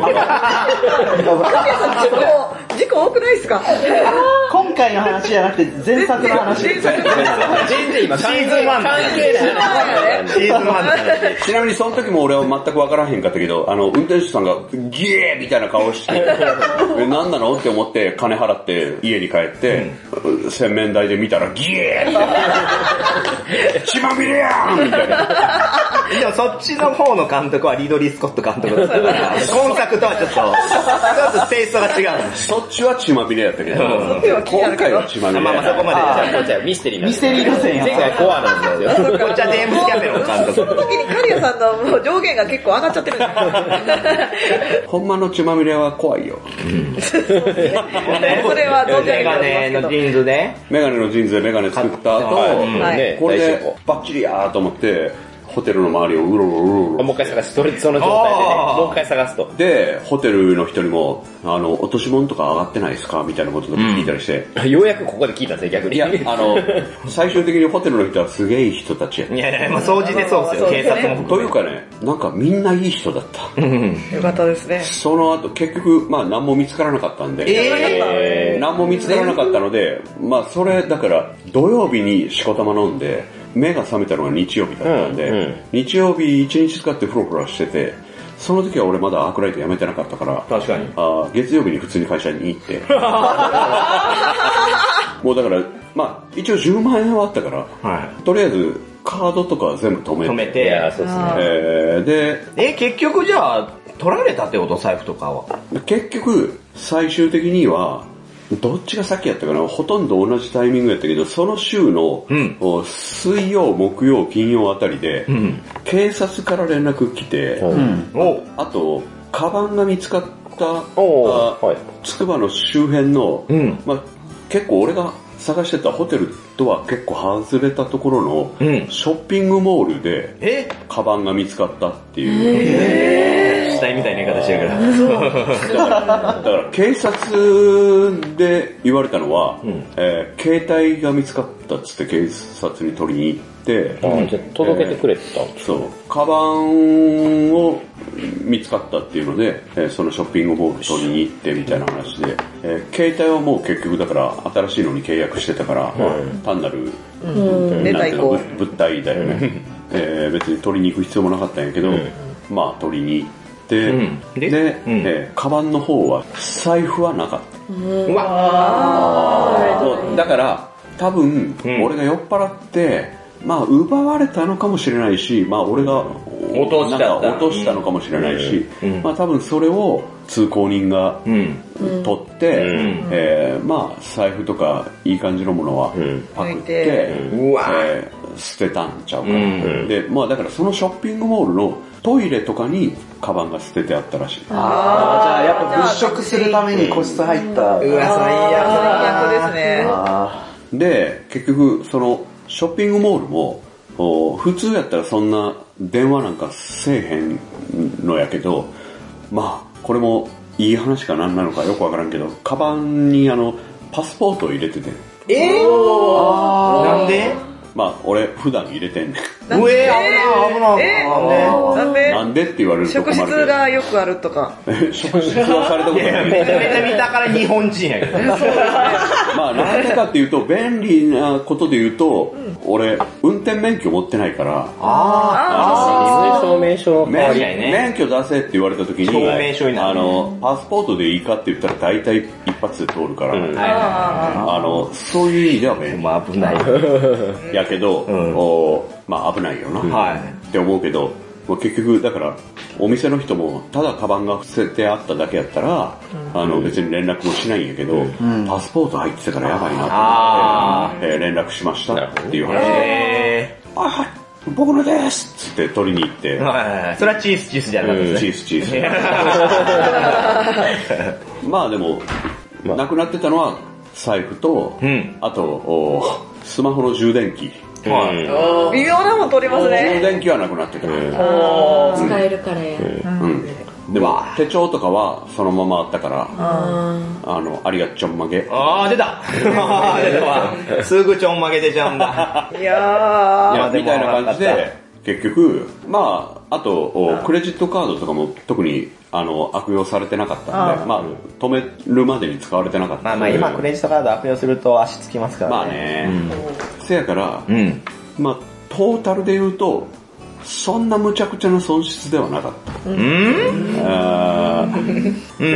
事故多くないですか？ 今回の話じゃなくて前作の話。 前作の話。 全然今シーズンワン関係ない。シーズンワンの話。 ちなみにその時も俺は全く分からへんかったけど、あの運転手さんがギエーみたいな顔して、何なのって思って金払って家に帰って、うん、洗面台で見たらギエーみたいな。血まみれやんみたいな。 でもそっちの方の監督はリドリー・スコット監督だったから、今作とはちょっと、ちょっとテイストが違う。 そっちは血まみれやったけど、今回は血まみれ。 まあまあそこまで。 じゃあ、じゃあミステリーなんですよ。ミステリー路線や。 前回コアなんですよ。 こっちはジェームス・キャメロン監督。 その時にカリアさんのもう上限が結構上がっちゃってるんですほんまの血まみれは怖いよ。 それはどうメガネのジーンズでメガネのジーンズでメガネ作った後、これでバッチリやーと思って、ホテルの周りをうろうろうろうろ。 もう一回探す。その状態でね。もう一回探すと。 で、ホテルの人にも、あの、落とし物とか上がってないですかみたいなこととか聞いたりして、 うん。ようやくここで聞いたんですね、逆に。 いや、あの、最終的にホテルの人はすげえいい人たちや。 いやいや、まあ掃除でそうですよ、警察も。 というかね、なんかみんないい人だった。 よかったですね。 その後、結局、まあ何も見つからなかったんで、えー、何も見つからなかったので、まあそれ、だから、土曜日にしこたま飲んで、目が覚めたのが日曜日だったんで、うんうん、日曜日一日使ってフロフロしてて、その時は俺まだアークライトやめてなかったから、 確かに。 あ月曜日に普通に会社に行って。もうだから、まあ一応じゅうまんえんはあったから、はい、とりあえずカードとかは全部止めて。 止めて、いやそうですね。 えー、で、 え、結局じゃあ、取られたってこと財布とかは。 結局、最終的には、どっちが先やったかなほとんど同じタイミングやったけど、その週の、うん、水曜、木曜、金曜あたりで、うん、警察から連絡来て、うん、あと、カバンが見つかった、つくばの周辺の、うんまあ、結構俺が探してたホテルとは結構外れたところのショッピングモールで、えカバンが見つかったっていう。 えー、死体みたいな言い方してるから。 だから警察で言われたのは、うん、えー、携帯が見つかったっつって警察に取りに行って、 あ、じゃ届けてくれてた、えー、 そう。カバンを見つかったっていうので、えー、そのショッピングモール取りに行ってみたいな話で、えー、携帯はもう結局だから新しいのに契約してたから、うん、単なる、うん、なんていうの、物体だよね、うん、えー、別に取りに行く必要もなかったんやけど、うん、まあ取りに行って、うん、で、で、うん、えー、カバンの方は財布はなかった。うん、うわー、だから多分、うん、俺が酔っ払ってまあ奪われたのかもしれないし、まあ俺が落としちゃった落としたのかもしれないし、うん、まあ多分それを通行人が取って、うん、えー、まあ財布とかいい感じのものはパクって、うん、えー、捨てたんちゃうかな、うん、で、まあだからそのショッピングモールのトイレとかにカバンが捨ててあったらしい。 ああ、じゃあやっぱ物色するために個室入った。うわ、 最悪。最悪ですね。 で、結局そのショッピングモールも普通やったらそんな電話なんかせえへんのやけど、まあこれもいい話か何なのかよくわからんけど、カバンにあのパスポートを入れてて。 えー、なんで？ まあ俺普段入れてんねん。 うえー、危ない危ない。 えー、なんでなんでって言われると困るけど。 職質がよくあるとか。 職質はされたことない。いやめちゃめちゃ見たから日本人やけど。そうですね。 まあなんでかっていうと、便利なことで言うと、うん、俺、運転免許持ってないから、ああ、証明書免免許出せって言われた時に、 証明書になる、 あの、パスポートでいいかって言ったら大体一発で通るから、うん、あの、そういう意味では便利。 まあ危ない。 やけど、うん、おまあ危ないよな、はい、って思うけど、結局だからお店の人もただカバンが捨ててあっただけやったら、うん、あの別に連絡もしないんやけど、うん、パスポート入ってたからやばいなと思って、えー、連絡しましたっていう話で、あ、はい、僕のですって取りに行って、 はい、それはチースチースじゃなくて、 うん、チースチース。まあでも、まあ、なくなってたのは財布と、うん、あとスマホの充電器。 はい、微妙なもん取りますね。 充電器はなくなってた。 使えるからや。 うん。でも手帳とかはそのままあったから、あのありがちょんまげ。 ああ出た。出たわ。すぐちょんまげ出ちゃうんだ。 いやー。 いやみたいな感じで結局まああとクレジットカードとかも特にあの悪用されてなかったんで、まあ止めるまでに使われてなかった。 まあまあ今クレジットカード悪用すると足つきますからね。 まあね。うん、せやから、うん、まあトータルで言うとそんな無茶苦茶な損失ではなかった。うん。あうん。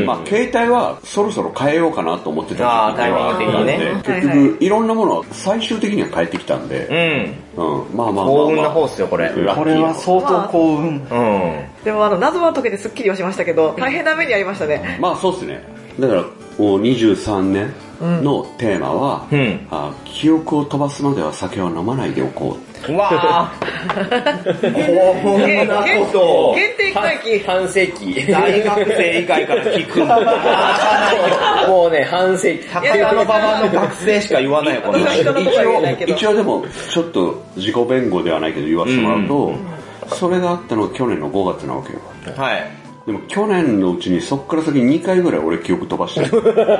まあ携帯はそろそろ変えようかなと思ってた時期ではあったんで、結局いろんなものは最終的には変えてきたんで、うん。うん。まあまあまあ、まあ。 幸運な方っすよこれ。 これは相当幸運。 まあ、うん。でもあの謎は解けてスッキリはしましたけど、大変な目にありましたね。 まあそうですね。だからにじゅうさんねんのテーマは、うん、あ記憶を飛ばすまでは酒は飲まないでおこう。 うわぁこんなことを限定回帰半世紀大学生以外から聞くんだもうね半世紀高田の馬場の学生しか言わないよこの人一応一応でもちょっと自己弁護ではないけど言わせてもらうと、うん、それがあったのは去年のごがつなわけよ。はいでも去年のうちにそっから先にかいぐらい俺記憶飛ばしてる。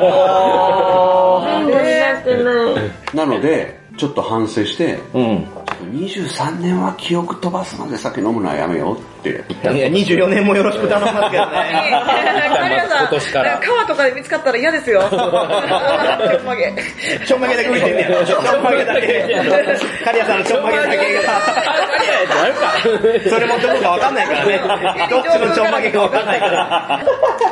なのでちょっと反省して、うん、にじゅうさんねんは記憶飛ばすまで酒飲むのはやめようって言った。 いやにじゅうよねんもよろしく頼みますけどね。 今年から川とかで見つかったら嫌ですよ。ちょんまげちょんまげだけ見てんねや。ちょんまげだけカリアさんのちょんまげだけがそれもどこかわかんないからね。どっちのちょんまげかわかんないから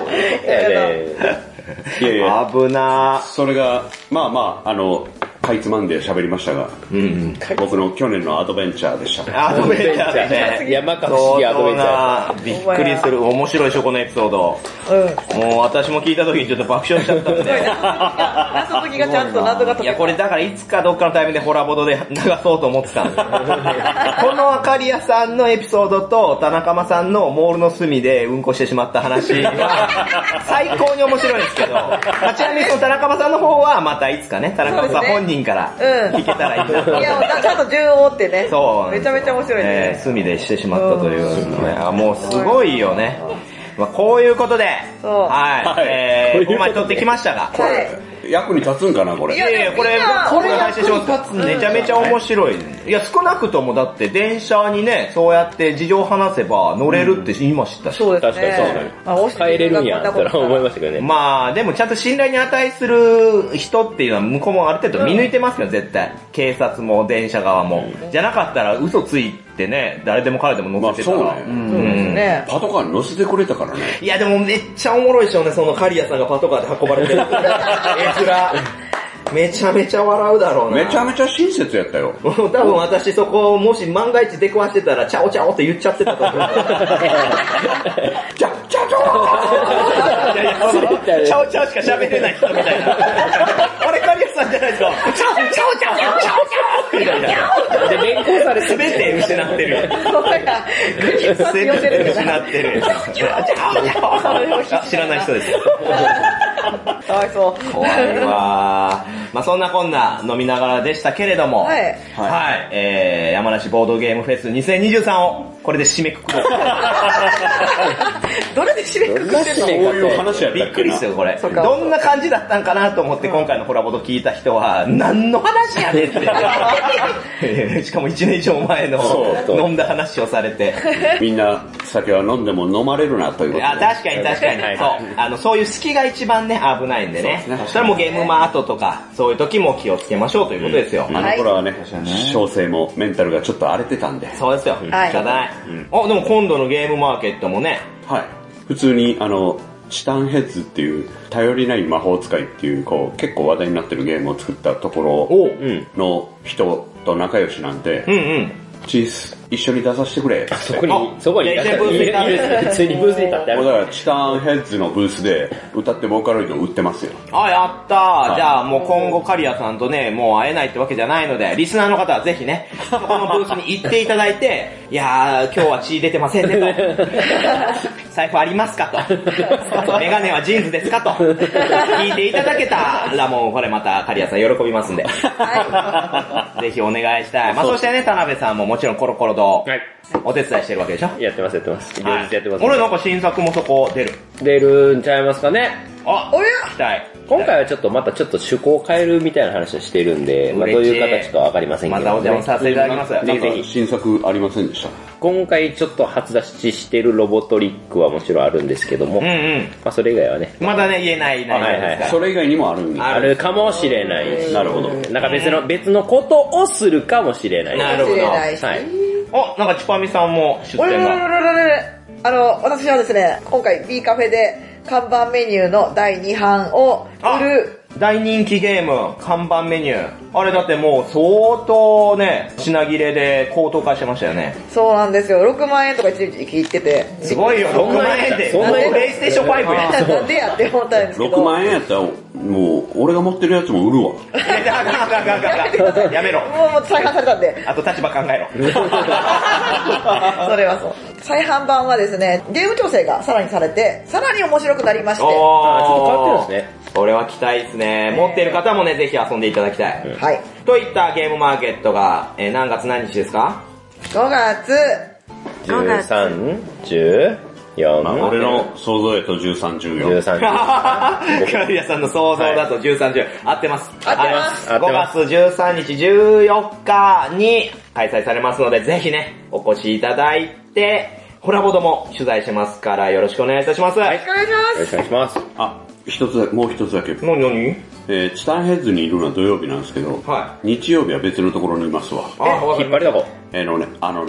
いやいや危なー。 それがまあまああのかいつまんで喋りましたが、うんうん、僕の去年のアドベンチャーでした。 アドベンチャーね。 山か不思議アドベンチャー。 びっくりする。面白いでしょ、このエピソード。 うん。もう私も聞いた時にちょっと爆笑しちゃったんで。 謎解きがちゃんと謎が解けた。 いや、これだからいつかどっかのタイミングでホラボドで流そうと思ってたんですよ。このあかりやさんのエピソードと田中間さんのモールの隅でうんこしてしまった話は最高に面白いんですけど、まあ、ちなみにその田中間さんの方はまたいつかね、田中間さん本人から聞けたらいいなと、 うん。いや、ちゃんと順を追ってね。 そう。 めちゃめちゃ面白いね。 えー、隅でしてしまったというのね。あ、もうすごいよね。まあ、こういうことで、 そう。 はい。はい、えー、ここまで撮ってきましたが。 はい。 役に立つんかな、これ。 いやいや、これ、これ配信します。めちゃめちゃ面白い。いや、少なくともだって電車にね、そうやって事情を話せば乗れるって今知ったし。 そうですね。 確かにそうだね。まあ、帰れるんやったら思いましたけどね。 まあ、でもちゃんと信頼に値する人っていうのは向こうもある程度見抜いてますよ、絶対。警察も電車側も。じゃなかったら嘘ついてね、誰でも彼でも乗せてたら。 まあ、そうね。パトカーに乗せてくれたからね。 いや、でもめっちゃおもろいでしょうね、そのカリアさんがパトカーで運ばれてる。絵面。めちゃめちゃ笑うだろうな。 めちゃめちゃ親切やったよ。 多分私そこ、もし万が一出くわしてたら、チャオチャオって言っちゃってたと思う。チャオチャオチャオいやいや、その、チャオチャオしか喋れない人みたいな。あれカリアさんじゃないですか。チャオチャオチャオチャオチャオみたいな。で、連行されすべて失ってる。すべて失ってる。チャオチャオチャオ知らない人です。 かわいそう。 怖いわー。まあそんなこんな飲みながらでしたけれども、はい。はい。えー、山梨ボードゲームフェスにせんにじゅうさんを、これで締めくくろう。 どれで締めくくってんの？ そういう話やったっけな。 びっくりしたよ、これ。どんな感じだったんかなと思って今回のコラボと聞いた人は、何の話やねんって。しかもいちねん以上前の飲んだ話をされて。 みんな酒は飲んでも飲まれるなということで。 あ、確かに確かに。そう。あの、そういう隙が一番ね、危ないんでね。それもゲームマートとか、そういう時も気をつけましょうということですよ。 あの頃はね、小生もメンタルがちょっと荒れてたんで。 そうですよ。仕方ない。あ、でも今度のゲームマーケットもね。 はい。普通に、あの、チタンヘッズっていう、頼りない魔法使いっていう、こう、結構話題になってるゲームを作ったところの人と仲良しなんで、うんうん。チース、一緒に出させてくれ。 そこに、そこに、普通にブースに立ってある。 だから、チタンヘッズのブースで歌ってボーカロイド売ってますよ。 あ、やったー。はい、じゃあもう今後カリアさんとね、もう会えないってわけじゃないので、リスナーの方はぜひね、そこのブースに行っていただいて、いやー、今日は血出てませんねと。財布ありますかと。メガネはジーンズですかと。聞いていただけたらもうこれまたカリアさん喜びますんで。はい、ぜひお願いしたい。まあそしてね、田辺さんももちろんコロコロと、はい、お手伝いしてるわけでしょ？ やってますやってます。両日やってます、 ね。俺なんか新作もそこ出る。 出るんちゃいますかね。 あ、おや期待。 今回はちょっとまたちょっと趣向を変えるみたいな話をしているんで、まあどういう形かわかりませんけど、ね。 またお邪魔させていただきます。 ぜひぜひ。新作ありませんでした。 今回ちょっと初出ししてるロボトリックはもちろんあるんですけども、うんうん、まあそれ以外はね。 まだね、言えない内容ですから。 それ以外にもあるんあるかもしれないし。 なるほど。 なんか別の、別のことをするかもしれない。 なるほど。はい。お、なんかチパミさんも出展が。 あの、私はですね、今回 B カフェで看板メニューのだいにばんを売る。 大人気ゲーム、看板メニュー。あれだってもう相当ね、品切れで高騰化してましたよね。 そうなんですよ。ろくまんえんとか一時期言ってて。 すごいよ、ろくまんえんで。そんなにプレイステーションファイブや。 なんでやって思ったんですけど。 ろくまんえんやったら、もう、俺が持ってるやつも売るわ。 やめろ。 もう再販されたんで。 あと立場考えろ。 それはそう。再販版はですね、ゲーム調整がさらにされて、さらに面白くなりまして。あー、ちょっと変わってるんですね。 これは期待ですね。持っている方もね、ぜひ遊んでいただきたい。 はい。 といったゲームマーケットが、えー、何月何日ですか？ ごがつじゅうさん、じゅうよん。 まあ、俺の想像やとじゅうさん、じゅうよん。 じゅうさん、じゅうよん。 カリアさんの想像だとじゅうさん、じゅうよん。合ってます。 合ってます。 ごがつじゅうさんにち、じゅうよっかに開催されますので、ぜひね、お越しいただいて、ホラボドも取材しますからよろしくお願いいたします。 はい、お願いします。 よろしくお願いします。 あ、一つだけ、もう一つだけ。 なになに？ えー、チタンヘッズにいるのは土曜日なんですけど、はい、日曜日は別のところにいますわ。 あ、引っ張りだこ。 えーのね、あのね、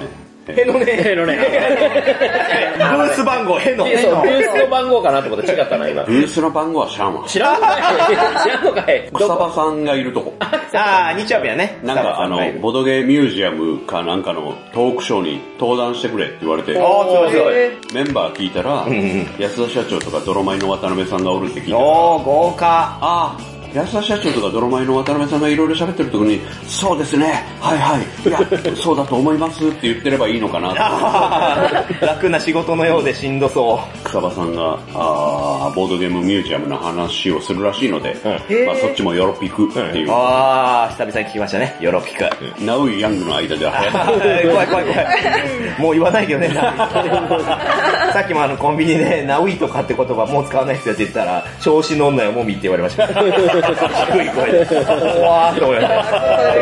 へのね。 へのね。 ブース番号、への。 そう、ブースの番号かなと思って違ったな、今。 ブースの番号は知らんわ。 知らんのかい知らんのかい草場さんがいるとこ。 ああ、日曜日はね。 なんかあの、ボドゲミュージアムかなんかのトークショーに登壇してくれって言われて、 ああ、すごいすごい。 メンバー聞いたら、安田社長とか泥米の渡辺さんがおるって聞いたら、 おー、豪華。 ああ、安田社長とか泥米の渡辺さんがいろいろ喋ってるとこに、そうですね、はいはい、いや、そうだと思いますって言ってればいいのかなと。 楽な仕事のようでしんどそう。 草場さんが、あボードゲームミュージアムの話をするらしいので、うんまあ、そっちもヨロピクっていう。 ああ、久々に聞きましたね、ヨロピク。 ナウイヤングの間では流行った。 怖い怖い怖い。もう言わないけどね、さっきもあのコンビニでナウイとかって言葉もう使わない人やって言ったら、調子の女よもみって言われました。低い声で。怖ーって思いました。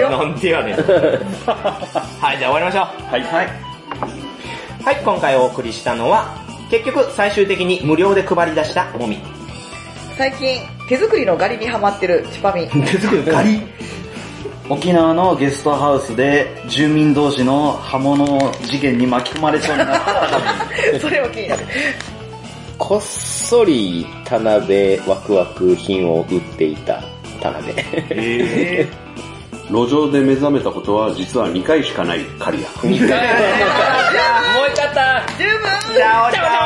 なんでやねん。はい、じゃあ終わりましょう。 はい。はい。 はい、今回お送りしたのは、結局最終的に無料で配り出したもみ。 最近、手作りのガリにハマってるチパミ。 手作りのガリ沖縄のゲストハウスで住民同士の刃物事件に巻き込まれそうになったそれも気になる。 こっそり田辺ワクワク品を売っていた田辺。 えー、路上で目覚めたことは実はにかいしかない刈谷。 にかいもう一回あった十分じゃあ、